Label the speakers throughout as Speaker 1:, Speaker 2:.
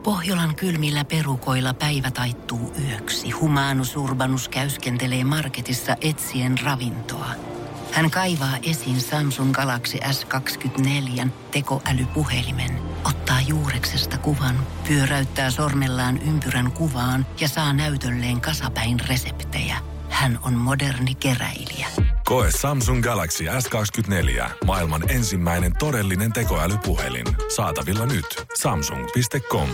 Speaker 1: Pohjolan kylmillä perukoilla päivä taittuu yöksi. Humanus Urbanus käyskentelee marketissa etsien ravintoa. Hän kaivaa esiin Samsung Galaxy S24 tekoälypuhelimen, ottaa juureksesta kuvan, pyöräyttää sormellaan ympyrän kuvaan ja saa näytölleen kasapäin reseptejä. Hän on moderni keräilijä.
Speaker 2: Koe Samsung Galaxy S24. Maailman ensimmäinen todellinen tekoälypuhelin. Saatavilla nyt. Samsung.com.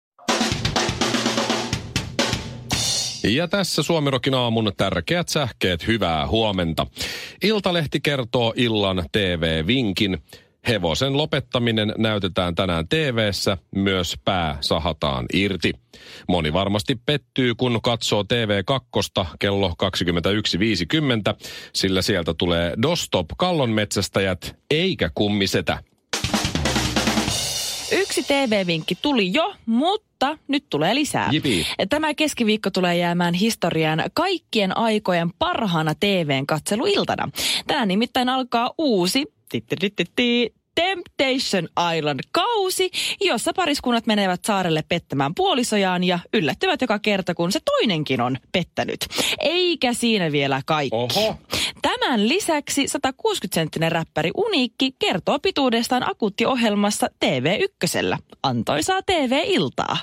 Speaker 3: Ja tässä Suomirokin aamun tärkeät sähkeet, hyvää huomenta. Iltalehti kertoo illan TV-vinkin. Hevosen lopettaminen näytetään tänään TV:ssä, myös pää sahataan irti. Moni varmasti pettyy, kun katsoo TV2 kello 21.50, sillä sieltä tulee Dostop kallonmetsästäjät eikä kummisetä.
Speaker 4: Yksi TV-vinkki tuli jo, mutta nyt tulee lisää.
Speaker 3: Jipi.
Speaker 4: Tämä keskiviikko tulee jäämään historiaan kaikkien aikojen parhaana TVn katseluiltana. Tänään nimittäin alkaa uusi Temptation Island-kausi, jossa pariskunnat menevät saarelle pettämään puolisojaan ja yllättyvät joka kerta, kun se toinenkin on pettänyt. Eikä siinä vielä kaikki.
Speaker 3: Oho.
Speaker 4: Tämän lisäksi 160-senttinen räppäri Uniikki kertoo pituudestaan akuuttiohjelmassa TV1:llä. Antoisaa TV-iltaa.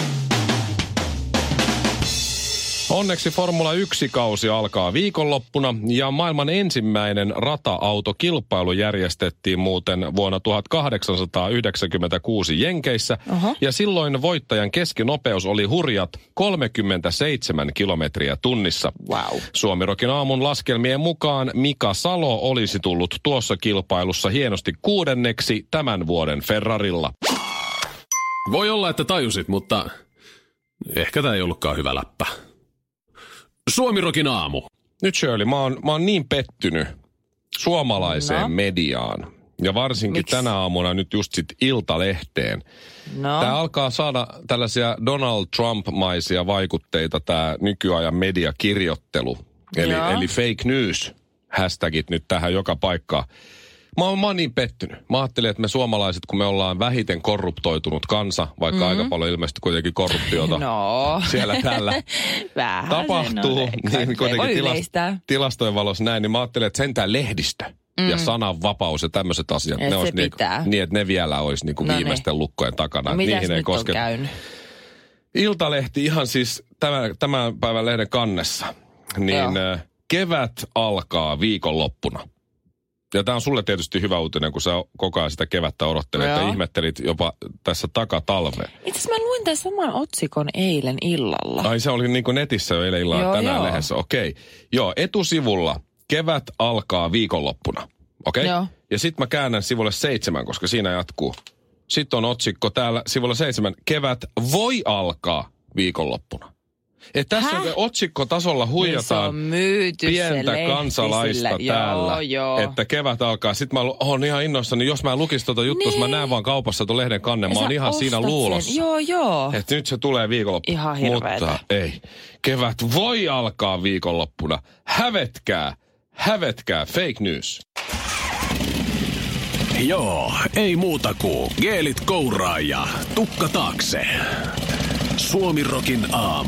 Speaker 3: Onneksi Formula 1-kausi alkaa viikonloppuna ja maailman ensimmäinen rata-autokilpailu järjestettiin muuten vuonna 1896 Jenkeissä. Ja silloin voittajan keskinopeus oli hurjat 37 kilometriä tunnissa.
Speaker 4: Wow.
Speaker 3: Suomirokin aamun laskelmien mukaan Mika Salo olisi tullut tuossa kilpailussa hienosti 6. tämän vuoden Ferrarilla.
Speaker 5: Voi olla, että tajusit, mutta ehkä tämä ei ollutkaan hyvä läppä. Suomirokin aamu.
Speaker 3: Nyt Shirley, mä oon niin pettynyt suomalaiseen mediaan. Ja varsinkin tänä aamuna nyt just sit Iltalehteen. Tää alkaa saada tällaisia Donald Trump-maisia vaikutteita, tää nykyajan mediakirjoittelu. Eli fake news hashtagit nyt tähän joka paikkaan. Mä oon niin pettynyt. Mä ajattelin, että me suomalaiset, kun me ollaan vähiten korruptoitunut kansa, vaikka aika paljon ilmeisesti kuitenkin korruptiota siellä täällä tapahtuu, niin kuitenkin tilastojen valossa näin, niin mä ajattelin, että sentään lehdistö ja sananvapaus ja tämmöiset asiat, ne olisi niin, että ne vielä olisi niin kuin viimeisten lukkojen takana.
Speaker 4: No,
Speaker 3: niihin ei kosketa. Iltalehti ihan siis tämän päivän lehden kannessa, niin kevät alkaa viikonloppuna. Ja tämä on sulle tietysti hyvä uutinen, kun sä koko ajan sitä kevättä odottelet ja ihmettelit jopa tässä takatalveen.
Speaker 4: Itse asiassa mä luin tämän saman otsikon eilen illalla.
Speaker 3: Ai se oli niin kuin netissä jo eilen illalla tänään lehdessä. Okei. Joo, etusivulla kevät alkaa viikonloppuna. Okei? Joo. Ja sit mä käännän sivulle 7, koska siinä jatkuu. Sitten on otsikko täällä sivulla 7. Kevät voi alkaa viikonloppuna. Että tässä otsikkotasolla huijataan pientä kansalaista täällä, että kevät alkaa. Sitten mä oon ihan innoissani, jos mä lukisin tuota juttua, jos mä näen vaan kaupassa tuon lehden kannen, mä oon ihan siinä luulossa.
Speaker 4: Joo.
Speaker 3: Että nyt se tulee viikonloppuna.
Speaker 4: Ihan hirveetä.
Speaker 3: Mutta ei. Kevät voi alkaa viikonloppuna. Hävetkää, fake news.
Speaker 5: Joo, ei muuta kuin geelit kouraa ja tukka taakse. Suomirokin aamu.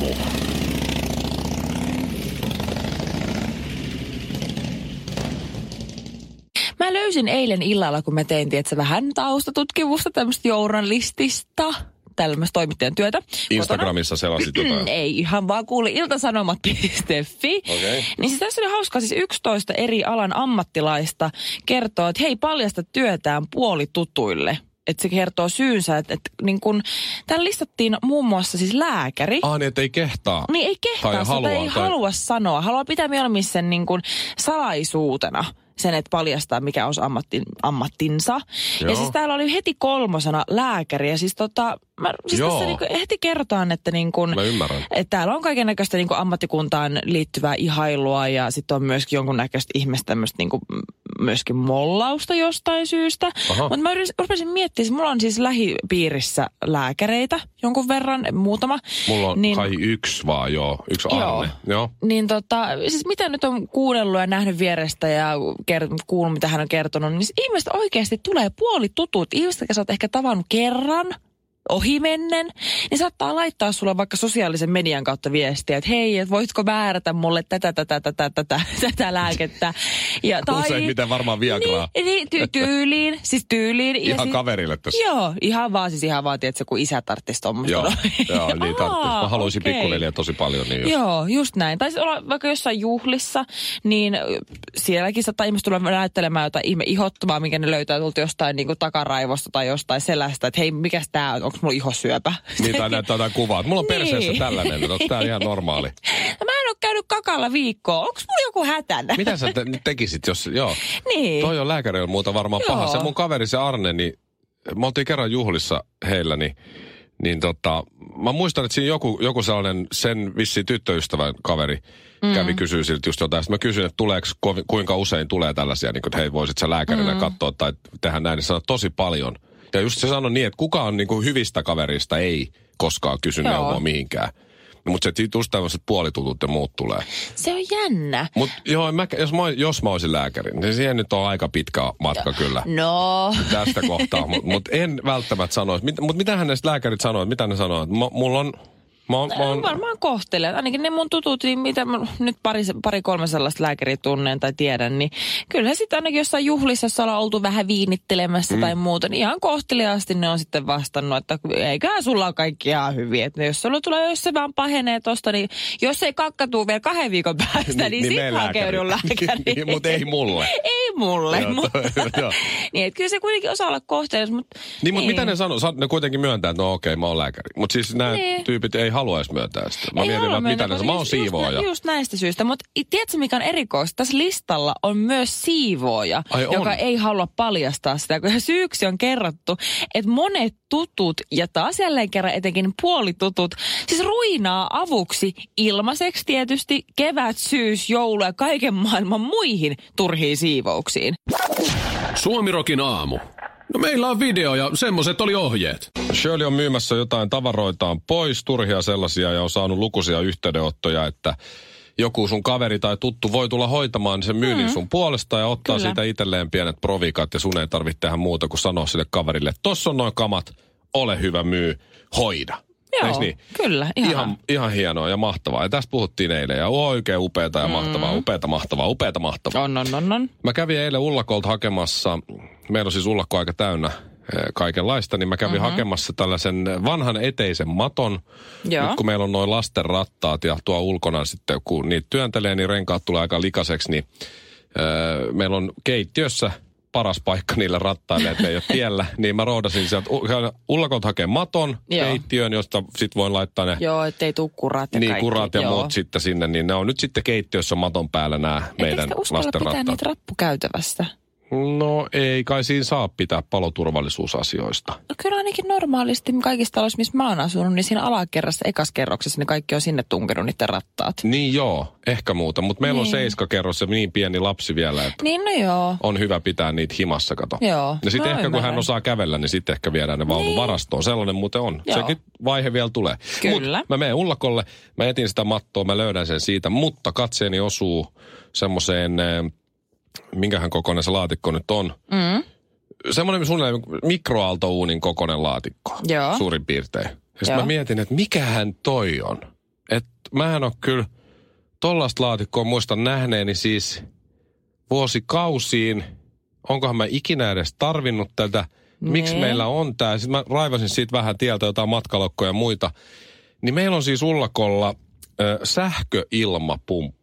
Speaker 4: Mä löysin eilen illalla, kun mä tein vähän taustatutkimusta tämmöistä journalistista, tällaista toimittajan työtä.
Speaker 3: Instagramissa selasit jotain?
Speaker 4: Ei, ihan vaan kuuli iltasanomat.fi.
Speaker 3: Okay.
Speaker 4: Niin siis tässä oli hauskaa, siis 11 eri alan ammattilaista kertoo, että hei, paljasta työtään puolitutuille. Että se kertoo syynsä, että niin kun, täällä listattiin muun muassa siis lääkäri.
Speaker 3: Niin että ei kehtaa.
Speaker 4: Niin ei kehtaa, sitä ei halua sanoa. Haluaa pitää mieluummin sen niin kun salaisuutena. Sen, että paljastaa, mikä on ammattinsa.
Speaker 3: Joo.
Speaker 4: Ja siis täällä oli heti 3. lääkäri. Ja siis tässä niinku heti kerrotaan, että
Speaker 3: mä ymmärrän.
Speaker 4: Että täällä on kaikennäköistä niinku ammattikuntaan liittyvää ihailua. Ja sitten on myöskin jonkunnäköistä ihmistä tämmöistä niinku myöskin mollausta jostain syystä. Mutta mä rupesin miettimään, mulla on siis lähipiirissä lääkäreitä jonkun verran, muutama.
Speaker 3: Mulla on kai yksi vaan, yksi Arne. Joo.
Speaker 4: Niin siis mitä nyt on kuunnellut ja nähnyt vierestä ja kuullut, mitä hän on kertonut, niin ihmiset oikeasti tulee puolitutut. Ihmiset, jotka sä oot ehkä tavannut kerran, ohimennen, niin saattaa laittaa sulle vaikka sosiaalisen median kautta viestiä, että hei, et voitko määrätä mulle tätä lääkettä. Ja, tai,
Speaker 3: useimmiten varmaan Viagraa.
Speaker 4: Tyyliin.
Speaker 3: Ihan kaverille tässä.
Speaker 4: Joo, ihan vaan, tiedätkö, kun isä tarvitsisi tommoista.
Speaker 3: Joo, niin tarvitsisi. Mä haluaisin pikkuleliä tosi paljon. Niin
Speaker 4: joo, just näin. Tai olla vaikka jossain juhlissa, niin sielläkin saattaa ihmiset tulla näyttelemään jotain ihme ihottumaa, minkä ne löytää tulta jostain niin kuin takaraivosta tai jostain selästä, että hei, mikäs tää on, onko mulla ihosyöpä?
Speaker 3: Niin, tai näyttää jotain kuvaa. Mulla on perseessä tällainen, onko tää ihan normaali?
Speaker 4: Mä en ole käynyt kakalla viikkoa, onko mulla joku hätänä?
Speaker 3: Mitä sä tekisit, jos,
Speaker 4: Niin.
Speaker 3: Toi on lääkärillä muuta varmaan paha. Se mun kaveri, se Arne, niin me oltiin kerran juhlissa heillä, niin mä muistan, että siinä joku sellainen sen vissiin tyttöystävän kaveri kävi kysyä siltä just jotain. Sitten mä kysyin, että kuinka usein tulee tällaisia, niin kuin, että hei, voisit sä lääkärinä katsoa tai tehdä näin, niin sanoi tosi paljon. Ja just se sanoi niin, että kukaan niin kuin hyvistä kaverista ei koskaan kysy neuvoa mihinkään. Mutta se just tämmöiset puolitutut ja muut tulee.
Speaker 4: Se on jännä.
Speaker 3: Mutta joo, jos mä olisin lääkäri, niin siihen nyt on aika pitkä matka kyllä.
Speaker 4: No.
Speaker 3: Tästä kohtaa, mutta en välttämättä sanoisi. Mutta mitähän näistä lääkärit sanoo? Mitä ne sanoo? Mulla on...
Speaker 4: Varmaan kohtelijat. Ainakin ne mun tutut, niin mitä mä nyt pari-kolme sellaista lääkäriä tunnen tai tiedän, niin kyllä sitten ainakin jossain juhlissa, jossa ollaan oltu vähän viinittelemässä tai muuta, niin ihan kohteliaasti ne on sitten vastannut, että eiköhän sulla ole kaikki ihan hyviä. Että jos se vaan pahenee tosta, niin jos ei kakka tuu vielä 2 viikon päästä, niin sit hakeudun lääkäriin.
Speaker 3: Mutta ei mulle.
Speaker 4: Ei mulle. Niin, että kyllä se kuitenkin osaa olla kohtelias, mutta...
Speaker 3: Niin, mutta mitä ne sanoo? Ne kuitenkin myöntää, että no okei, mä oon lääkäri. Mutta siis nämä tyypit ei haluaisi myöntää sitä. Mä mietin, että mitä ne sanoo. Mä oon siivooja.
Speaker 4: Just näistä syistä. Mutta tiedätkö, mikä on erikoista? Tässä listalla on myös siivooja, joka ei halua paljastaa sitä. Kun syyksi on kerrottu, että monet tutut ja taas jälleen kerran etenkin puolitutut siis ruinaa avuksi ilmaiseksi tietysti kevät, syys, joulu ja kaiken maailman muihin turhiin siivouksiin.
Speaker 5: Suomirokin aamu. No meillä on video ja semmoset oli ohjeet.
Speaker 3: Shirley on myymässä jotain tavaroitaan pois, turhia sellaisia, ja on saanut lukuisia yhteydenottoja, että joku sun kaveri tai tuttu voi tulla hoitamaan sen myynnin sun puolesta ja ottaa siitä itselleen pienet provikat, ja sun ei tarvitse tehdä muuta kuin sanoa sille kaverille, että tossa on noin kamat, ole hyvä, myy, hoida.
Speaker 4: Joo,
Speaker 3: niin?
Speaker 4: Kyllä.
Speaker 3: Ihan hienoa ja mahtavaa. Ja tästä puhuttiin eilen ja oikein upeata ja mahtavaa, upeata mahtavaa.
Speaker 4: On.
Speaker 3: Mä kävin eilen Ullakolta hakemassa, meillä on siis Ullakko aika täynnä kaikenlaista, niin mä kävin hakemassa tällaisen vanhan eteisen maton. Nyt kun meillä on noin lasten rattaat ja tuo ulkona sitten, kun niitä työntelee, niin renkaat tulee aika likaseksi, niin meillä on keittiössä paras paikka niille rattaille, että ne ei ole tiellä. Niin mä roudasin sieltä Ullakolta hakee maton keittiöön, josta sit voin laittaa ne...
Speaker 4: Joo, ettei tuu kurat ja kaikki.
Speaker 3: Kurat ja muut sitten sinne, niin ne on nyt sitten keittiössä maton päällä nämä meidän lasten rattaat.
Speaker 4: Pitää niitä rappukäytävässä?
Speaker 3: No ei kai siinä saa pitää paloturvallisuusasioista.
Speaker 4: No kyllä ainakin normaalisti kaikissa taloissa, missä mä oon asunut, niin siinä alakerrassa, ekaskerroksessa, niin kaikki on sinne tunkenut niiden rattaat.
Speaker 3: Niin joo, ehkä muuta, mutta meillä on 7-kerros ja niin pieni lapsi vielä, että
Speaker 4: niin, no joo.
Speaker 3: On hyvä pitää niitä himassa, kato.
Speaker 4: Joo.
Speaker 3: Ja sitten ehkä kun hän osaa kävellä, niin sitten ehkä viedään ne vaunuvarastoon. Sellainen muuten on. Joo. Sekin vaihe vielä tulee.
Speaker 4: Kyllä.
Speaker 3: Mä menen Ullakolle, mä etin sitä mattoa, mä löydän sen siitä, mutta katseeni osuu semmoiseen... minkähän kokoinen se laatikko nyt on. Semmoinen suunnilleen mikroaaltouunin kokoinen laatikko.
Speaker 4: Joo.
Speaker 3: Suurin piirtein. Ja sitten mä mietin, että mikähän toi on. Että mähän on kyllä tollaista laatikkoa muistan nähneeni siis vuosikausiin. Onkohan mä ikinä edes tarvinnut tätä? Miksi meillä on tää? Sitten mä raivasin siitä vähän tieltä jotain matkalokkoja ja muita. Niin meillä on siis Ullakolla sähköilmapumppu.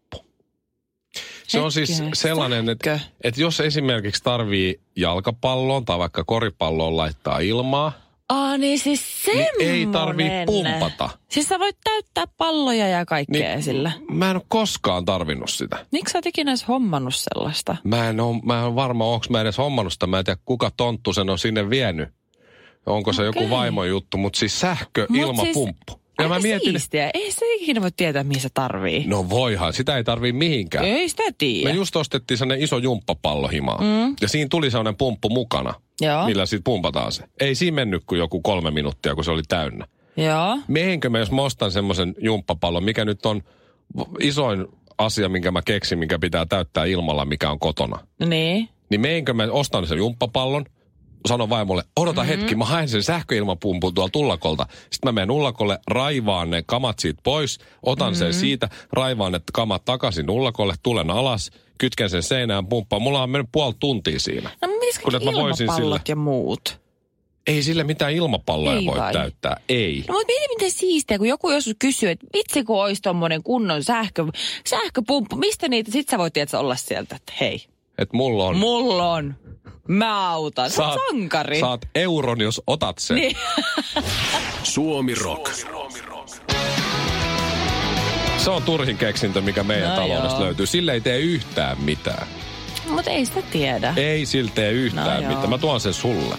Speaker 3: Se on siis sellainen, että jos esimerkiksi tarvii jalkapalloon tai vaikka koripalloon laittaa ilmaa,
Speaker 4: niin siis semmoinen.
Speaker 3: Niin ei tarvii pumpata.
Speaker 4: Siis sä voit täyttää palloja ja kaikkea sillä.
Speaker 3: Mä en ole koskaan tarvinnut sitä.
Speaker 4: Miksi sä oot ikinä edes hommannut sellaista?
Speaker 3: Mä en ole varma, onko mä edes hommannut sitä. Mä en tiedä, kuka tonttu sen on sinne vienyt. Onko se joku vaimon juttu, mutta siis sähköilmapumppu.
Speaker 4: Siis... Ja mä mietin, siistiä. Ei se ikinä voi tietää, mihin se tarvii.
Speaker 3: No voihan, sitä ei tarvii mihinkään.
Speaker 4: Ei sitä tiedä.
Speaker 3: Me just ostettiin sellainen iso jumppapallo himaan. Ja siinä tuli sellainen pumppu mukana, millä sitten pumpataan se. Ei siinä mennyt kuin joku 3 minuuttia, kun se oli täynnä.
Speaker 4: Joo.
Speaker 3: Mehenkö mä, jos mä ostan semmoisen jumppapallon, mikä nyt on isoin asia, minkä mä keksin, minkä pitää täyttää ilmalla, mikä on kotona.
Speaker 4: Niin
Speaker 3: mehenkö mä ostan sen jumppapallon, sanon vaimolle, odota hetki, mä haen sen sähköilmapumpun tuolta ullakolta. Sitten mä menen ullakolle, raivaan ne kamat siitä pois, otan sen siitä, raivaan ne kamat takaisin ullakolle, tulen alas, kytken sen seinään, pumppaan. Mulla on mennyt puoli tuntia siinä.
Speaker 4: No mitäs kaikki ilmapallot ja muut?
Speaker 3: Ei sille mitään ilmapalloja ei voi täyttää, ei.
Speaker 4: No mutta miten siistiä, kun joku joskus kysyy, että vitsi kun olisi tommonen kunnon sähköpumppu, mistä niitä, sit sä voit tietysti olla sieltä, että hei.
Speaker 3: Että mulla on.
Speaker 4: Mulla on. Mä autan. Sä oot sankari.
Speaker 3: Saat euron, jos otat sen.
Speaker 4: Niin.
Speaker 5: Suomi Rock.
Speaker 3: Se on turhin keksintö, mikä meidän taloudesta löytyy. Sille ei tee yhtään mitään.
Speaker 4: Mutta ei sitä tiedä.
Speaker 3: Ei sille tee yhtään mitään. Mä tuon sen sulle.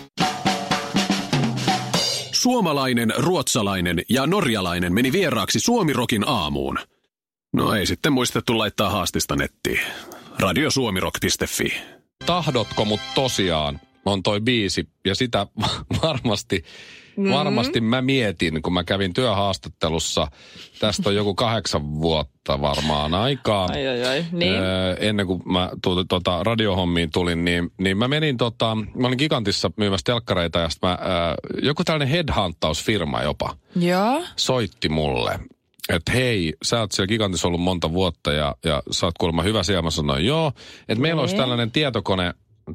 Speaker 5: Suomalainen, ruotsalainen ja norjalainen meni vieraaksi Suomi Rockin aamuun. No ei sitten muistettu laittaa haastista nettiin. Radiosuomirock.fi.
Speaker 3: Tahdotko mut tosiaan on toi biisi ja sitä varmasti mä mietin, kun mä kävin työhaastattelussa. Tästä on joku 8 vuotta varmaan aikaa.
Speaker 4: Niin.
Speaker 3: Ennen kuin mä radiohommiin tulin, niin mä menin mä olin Gigantissa myymässä telkkareita ja sitten joku tällainen headhuntausfirma jopa soitti mulle. Että hei, sä oot siellä Gigantissa ollut monta vuotta ja sä oot kuulemma hyvä siellä. Mä sanoin, joo, että meillä olisi tällainen tietokone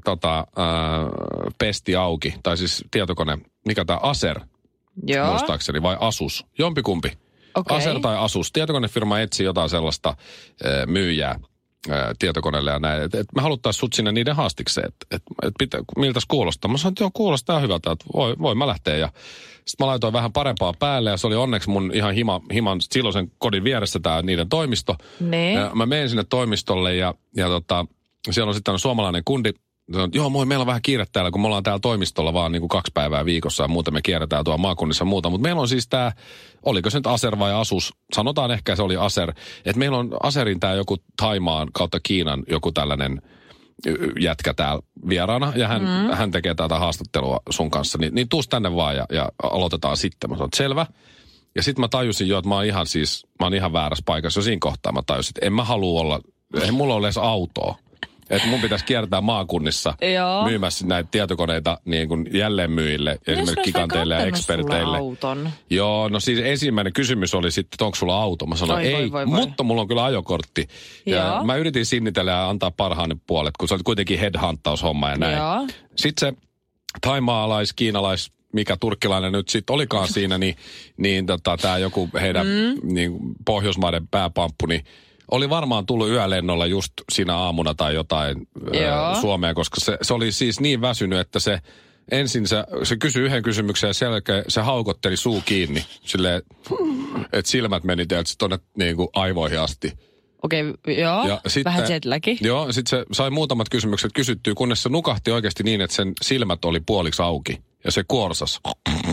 Speaker 3: pesti auki. Tai siis tietokone, mikä tää Acer, muistaakseni, vai Asus, jompikumpi. Okay. Acer tai Asus. Tietokonefirma etsii jotain sellaista myyjää tietokoneelle ja näin. Et me haluttais sut sinne niiden haastikseen, että miltäs kuulostaa. Mä sanoin, että joo, kuulostaa hyvältä, että voi mä lähteä. Ja sitten mä laitoin vähän parempaa päälle ja se oli onneksi mun ihan himan silloisen kodin vieressä tää niiden toimisto. Ja mä menen sinne toimistolle ja siellä on sitten suomalainen kundi. Joo, meillä on vähän kiire täällä, kun me ollaan täällä toimistolla vaan niin kuin 2 päivää viikossa ja muuten me kierretään tuolla maakunnissa ja muuta. Mutta meillä on siis tää, oliko se nyt Acer vai Asus, sanotaan ehkä se oli Acer, että meillä on Acerin tää joku Thaimaan kautta Kiinan joku tällainen jätkä täällä vieraana ja hän tekee tätä haastattelua sun kanssa. Niin tuus tänne vaan ja aloitetaan sitten. Mä sanoin, selvä. Ja sitten mä tajusin jo, että mä oon ihan väärässä paikassa jo siinä kohtaa. Mä tajusin, että en mä halua olla, ei mulla ole edes autoa. Että mun pitäisi kiertää maakunnissa myymässä näitä tietokoneita niin kuin jälleenmyyjille, esimerkiksi giganteille ja eksperteille. Joo, no siis ensimmäinen kysymys oli sitten, että onko sulla auto? Mä sanoin, mutta mulla on kyllä ajokortti. Ja mä yritin sinnitellä ja antaa parhaani puolet, kun se oli kuitenkin headhuntaushomma ja näin. Joo. Sitten se taimaalais, kiinalais, mikä turkkilainen nyt sitten olikaan siinä, niin tää joku heidän niin Pohjoismaiden pääpamppu, niin oli varmaan tullut yölennolla just siinä aamuna tai jotain Suomeen, koska se oli siis niin väsynyt, että se ensin se kysyi yhden kysymyksen ja sen jälkeen se haukotteli suu kiinni. Silleen, että silmät meni tietysti tuonne niin kuin aivoihin asti.
Speaker 4: Okei, ja vähän jetlagi.
Speaker 3: Joo, sitten se sai muutamat kysymykset kysyttyä, kunnes se nukahti oikeasti niin, että sen silmät oli puoliksi auki ja se kuorsas.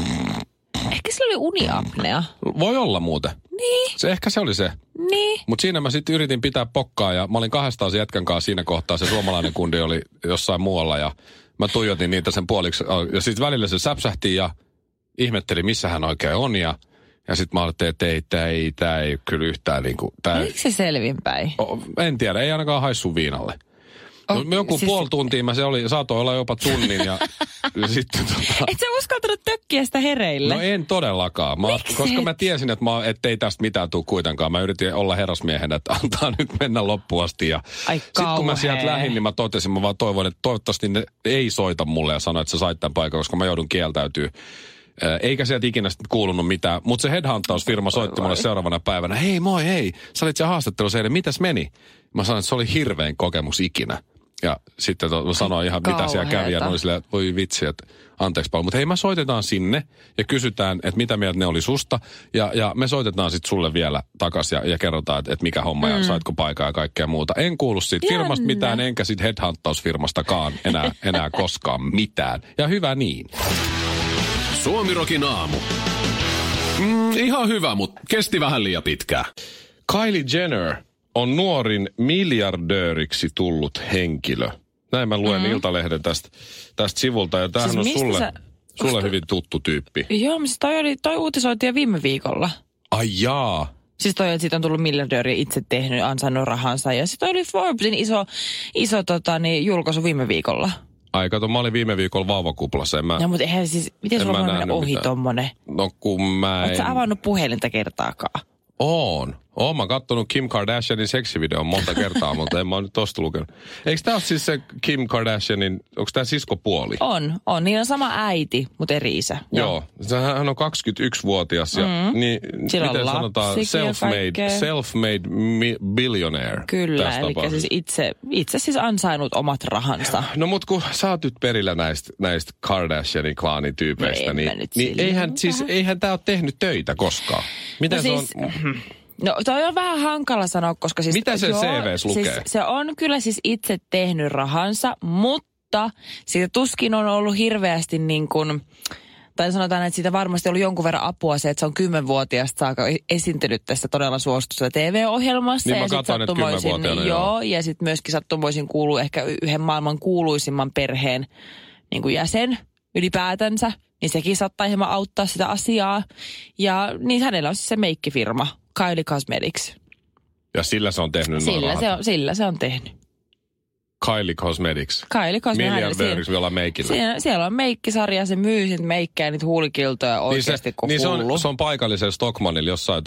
Speaker 4: Ehkä sillä oli uniapnea.
Speaker 3: Voi olla muuten.
Speaker 4: Niin.
Speaker 3: Ehkä se oli se.
Speaker 4: Niin.
Speaker 3: Mutta siinä mä sitten yritin pitää pokkaa ja mä olin 200 jätkän kanssa siinä kohtaa. Se suomalainen kundi oli jossain muualla ja mä tuijotin niitä sen puoliksi. Ja sitten välillä se säpsähti ja ihmetteli, missä hän oikein on. Ja sitten mä ajattelin, että tää ei kyllä yhtään niinku.
Speaker 4: Oliko se selvinpäin?
Speaker 3: En tiedä, ei ainakaan haissu viinalle. Joku siis puoli tuntia saatoi olla jopa tunnin ja sitten
Speaker 4: Et sä uskaltanut tökkiä sitä hereille?
Speaker 3: No en todellakaan, koska mä tiesin, että ei tästä mitään tule kuitenkaan. Mä yritin olla herrasmiehenä, että antaa nyt mennä loppuun asti. Ja sitten kun mä sieltä lähdin, niin mä totesin, mä vaan toivon, että toivottavasti ne ei soita mulle ja sano, että sä sait tämän paikan, koska mä joudun kieltäytyy. Eikä sieltä ikinä kuulunut mitään. Mutta se headhuntausfirma soitti mulle seuraavana päivänä. Hei, sä olit siellä haastattelussa eilen, mitäs meni? Mä sanoin, että se oli hirvein kokemus ikinä. Ja sitten sanoin ihan mitä siellä kävi ja ne oli silleen, voi vitsi, että anteeksi paljon. Mutta hei, mä soitetaan sinne ja kysytään, että mitä mieltä ne oli susta. Ja me soitetaan sitten sulle vielä takaisin ja kerrotaan, että mikä homma ja saitko paikaa ja kaikkea muuta. En kuulu siitä firmasta mitään, enkä siitä headhuntausfirmastakaan enää koskaan mitään. Ja hyvä niin.
Speaker 5: Suomi Rockin aamu. Ihan hyvä, mutta kesti vähän liian pitkään.
Speaker 3: Kylie Jenner on nuorin miljardööriksi tullut henkilö. Näin mä luen Iltalehden tästä sivulta. Ja tämähän siis on sulle hyvin tuttu tyyppi.
Speaker 4: Joo, mutta toi uutisoitiin jo viime viikolla.
Speaker 3: Ai jaa.
Speaker 4: Siis toi, että siitä on tullut miljardööri itse tehnyt, ansainnut rahansa. Ja sitten oli Forbesin iso julkaisu viime viikolla.
Speaker 3: Ai kato, mä olin viime viikolla vauvakuplassa.
Speaker 4: No mutta eihän siis, miten sulla voi mennä ohi tommonen?
Speaker 3: No kun mä en...
Speaker 4: Oot sä avannut puhelinta kertaakaan?
Speaker 3: Oon mä oon kattonut Kim Kardashianin seksivideon monta kertaa, mutta en mä oon nyt tosta lukenut. Eikö tää ole siis se Kim Kardashianin, onko tää siskopuoli?
Speaker 4: On. Niillä on sama äiti, mutta eri isä.
Speaker 3: Joo. Hän on 21-vuotias ja niin, miten sanotaan, self-made billionaire.
Speaker 4: Kyllä, eli siis itse siis ansainnut omat rahansa.
Speaker 3: No mut kun sä oot nyt perillä näistä Kardashianin klaanityypeistä, niin eihän tää ole tehnyt töitä koskaan. Miten se on...
Speaker 4: No toi on vähän hankala sanoa, koska siis...
Speaker 3: Mitä se CVs lukee?
Speaker 4: Siis, se on kyllä siis itse tehnyt rahansa, mutta siitä tuskin on ollut hirveästi niin kuin... Tai sanotaan, että siitä varmasti on ollut jonkun verran apua se, että se on 10-vuotiaasta saakka esiintynyt tässä todella suositussa TV-ohjelmassa.
Speaker 3: Niin mä katsoin, että 10-vuotiaana
Speaker 4: joo. Ja sitten myöskin sattumoisin kuuluu ehkä yhden maailman kuuluisimman perheen niin kuin jäsen ylipäätänsä. Niin sekin saattaa hieman auttaa sitä asiaa. Ja niin hänellä on siis se meikkifirma, Kylie Cosmetics.
Speaker 3: Ja sillä se on tehnyt
Speaker 4: Sillä se on tehnyt.
Speaker 3: Kylie Cosmetics.
Speaker 4: Miljardööriksi
Speaker 3: jolla meikillä.
Speaker 4: Siellä on meikkisarja, se myy sit meikkejä, niitä huulikiltoja oikeasti
Speaker 3: niin se on paikallisella Stockmannilla jossain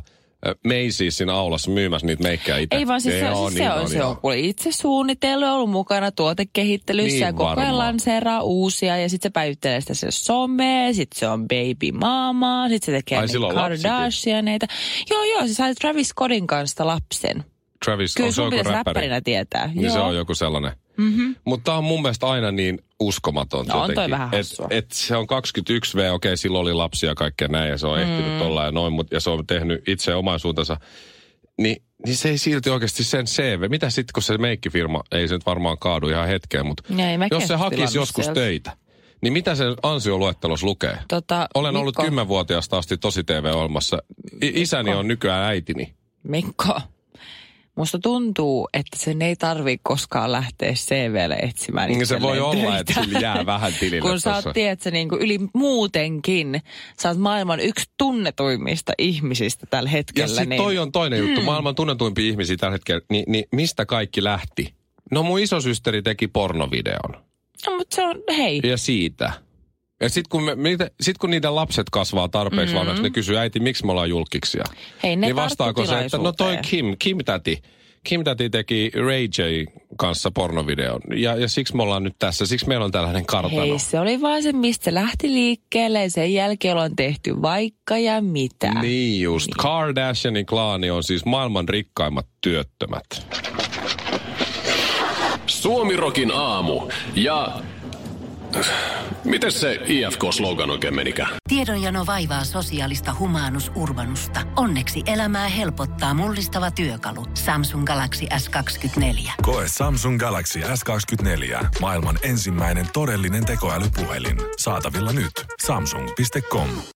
Speaker 3: Macysin aulassa myymässä niitä meikkejä itse.
Speaker 4: Ei vaan siis se on itse suunnitellut, ollut mukana tuotekehittelyssä niin ja koko ajan lanseeraa uusia ja sitten se päivittelee sitä se some, sitten se on baby mama, sitten se tekee Kardashianeita. Joo, se sai Travis Scottin kanssa lapsen.
Speaker 3: Travis,
Speaker 4: kyllä
Speaker 3: sun
Speaker 4: pitäisi räppärinä tietää.
Speaker 3: Niin joo. Se on joku sellainen.
Speaker 4: Mm-hmm.
Speaker 3: Mutta tää on mun mielestä aina niin uskomatonta
Speaker 4: jotenkin. On toi vähän hassua.
Speaker 3: Et se on 21V, okei, silloin oli lapsia ja kaikkea näin ja se on ehtinyt olla ja noin, ja se on tehnyt itse omaisuutensa. Niin se ei silti oikeasti sen CV. Mitä sitten, kun se meikkifirma, ei se nyt varmaan kaadu ihan hetkeen, mutta jos se hakisi joskus töitä, niin mitä sen ansioluettelossa lukee? Olen ollut 10-vuotiaasta asti tosi TV-ohjelmassa. Isäni on nykyään äitini.
Speaker 4: Mikko. Musta tuntuu, että sen ei tarvitse koskaan lähteä CV:lle etsimään itselleen
Speaker 3: se voi olla,
Speaker 4: töitä.
Speaker 3: että sillä jää vähän tilille.
Speaker 4: Kun sä oot, tiedätkö, niin kuin yli muutenkin, sä oot maailman yksi tunnetuimmista ihmisistä tällä hetkellä.
Speaker 3: Ja sit toi on toinen juttu. Maailman tunnetuimpia ihmisiä tällä hetkellä. Niin mistä kaikki lähti? No mun isosysteri teki pornovideon.
Speaker 4: No mutta se on, hei.
Speaker 3: Ja siitä. Ja sit kun niiden lapset kasvaa tarpeeksi vanhaksi, ne kysyy, äiti, miksi me ollaan julkkiksia?
Speaker 4: Hei, ne
Speaker 3: niin vastaako se, että no toi Kim täti teki Ray J kanssa pornovideon. Ja siksi me ollaan nyt tässä, siksi meillä on tällainen kartano.
Speaker 4: Hei, se oli vaan se, mistä se lähti liikkeelle ja sen jälkeen ollaan tehty vaikka ja mitä.
Speaker 3: Niin just. Niin. Kardashianin klaani on siis maailman rikkaimmat työttömät.
Speaker 5: Suomirokin aamu ja... Mites se IFK-slogan oikein menikään?
Speaker 1: Tiedonjano vaivaa sosiaalista humanus urbanusta. Onneksi elämää helpottaa mullistava työkalu. Samsung Galaxy S24.
Speaker 2: Koe Samsung Galaxy S24. Maailman ensimmäinen todellinen tekoälypuhelin. Saatavilla nyt. Samsung.com.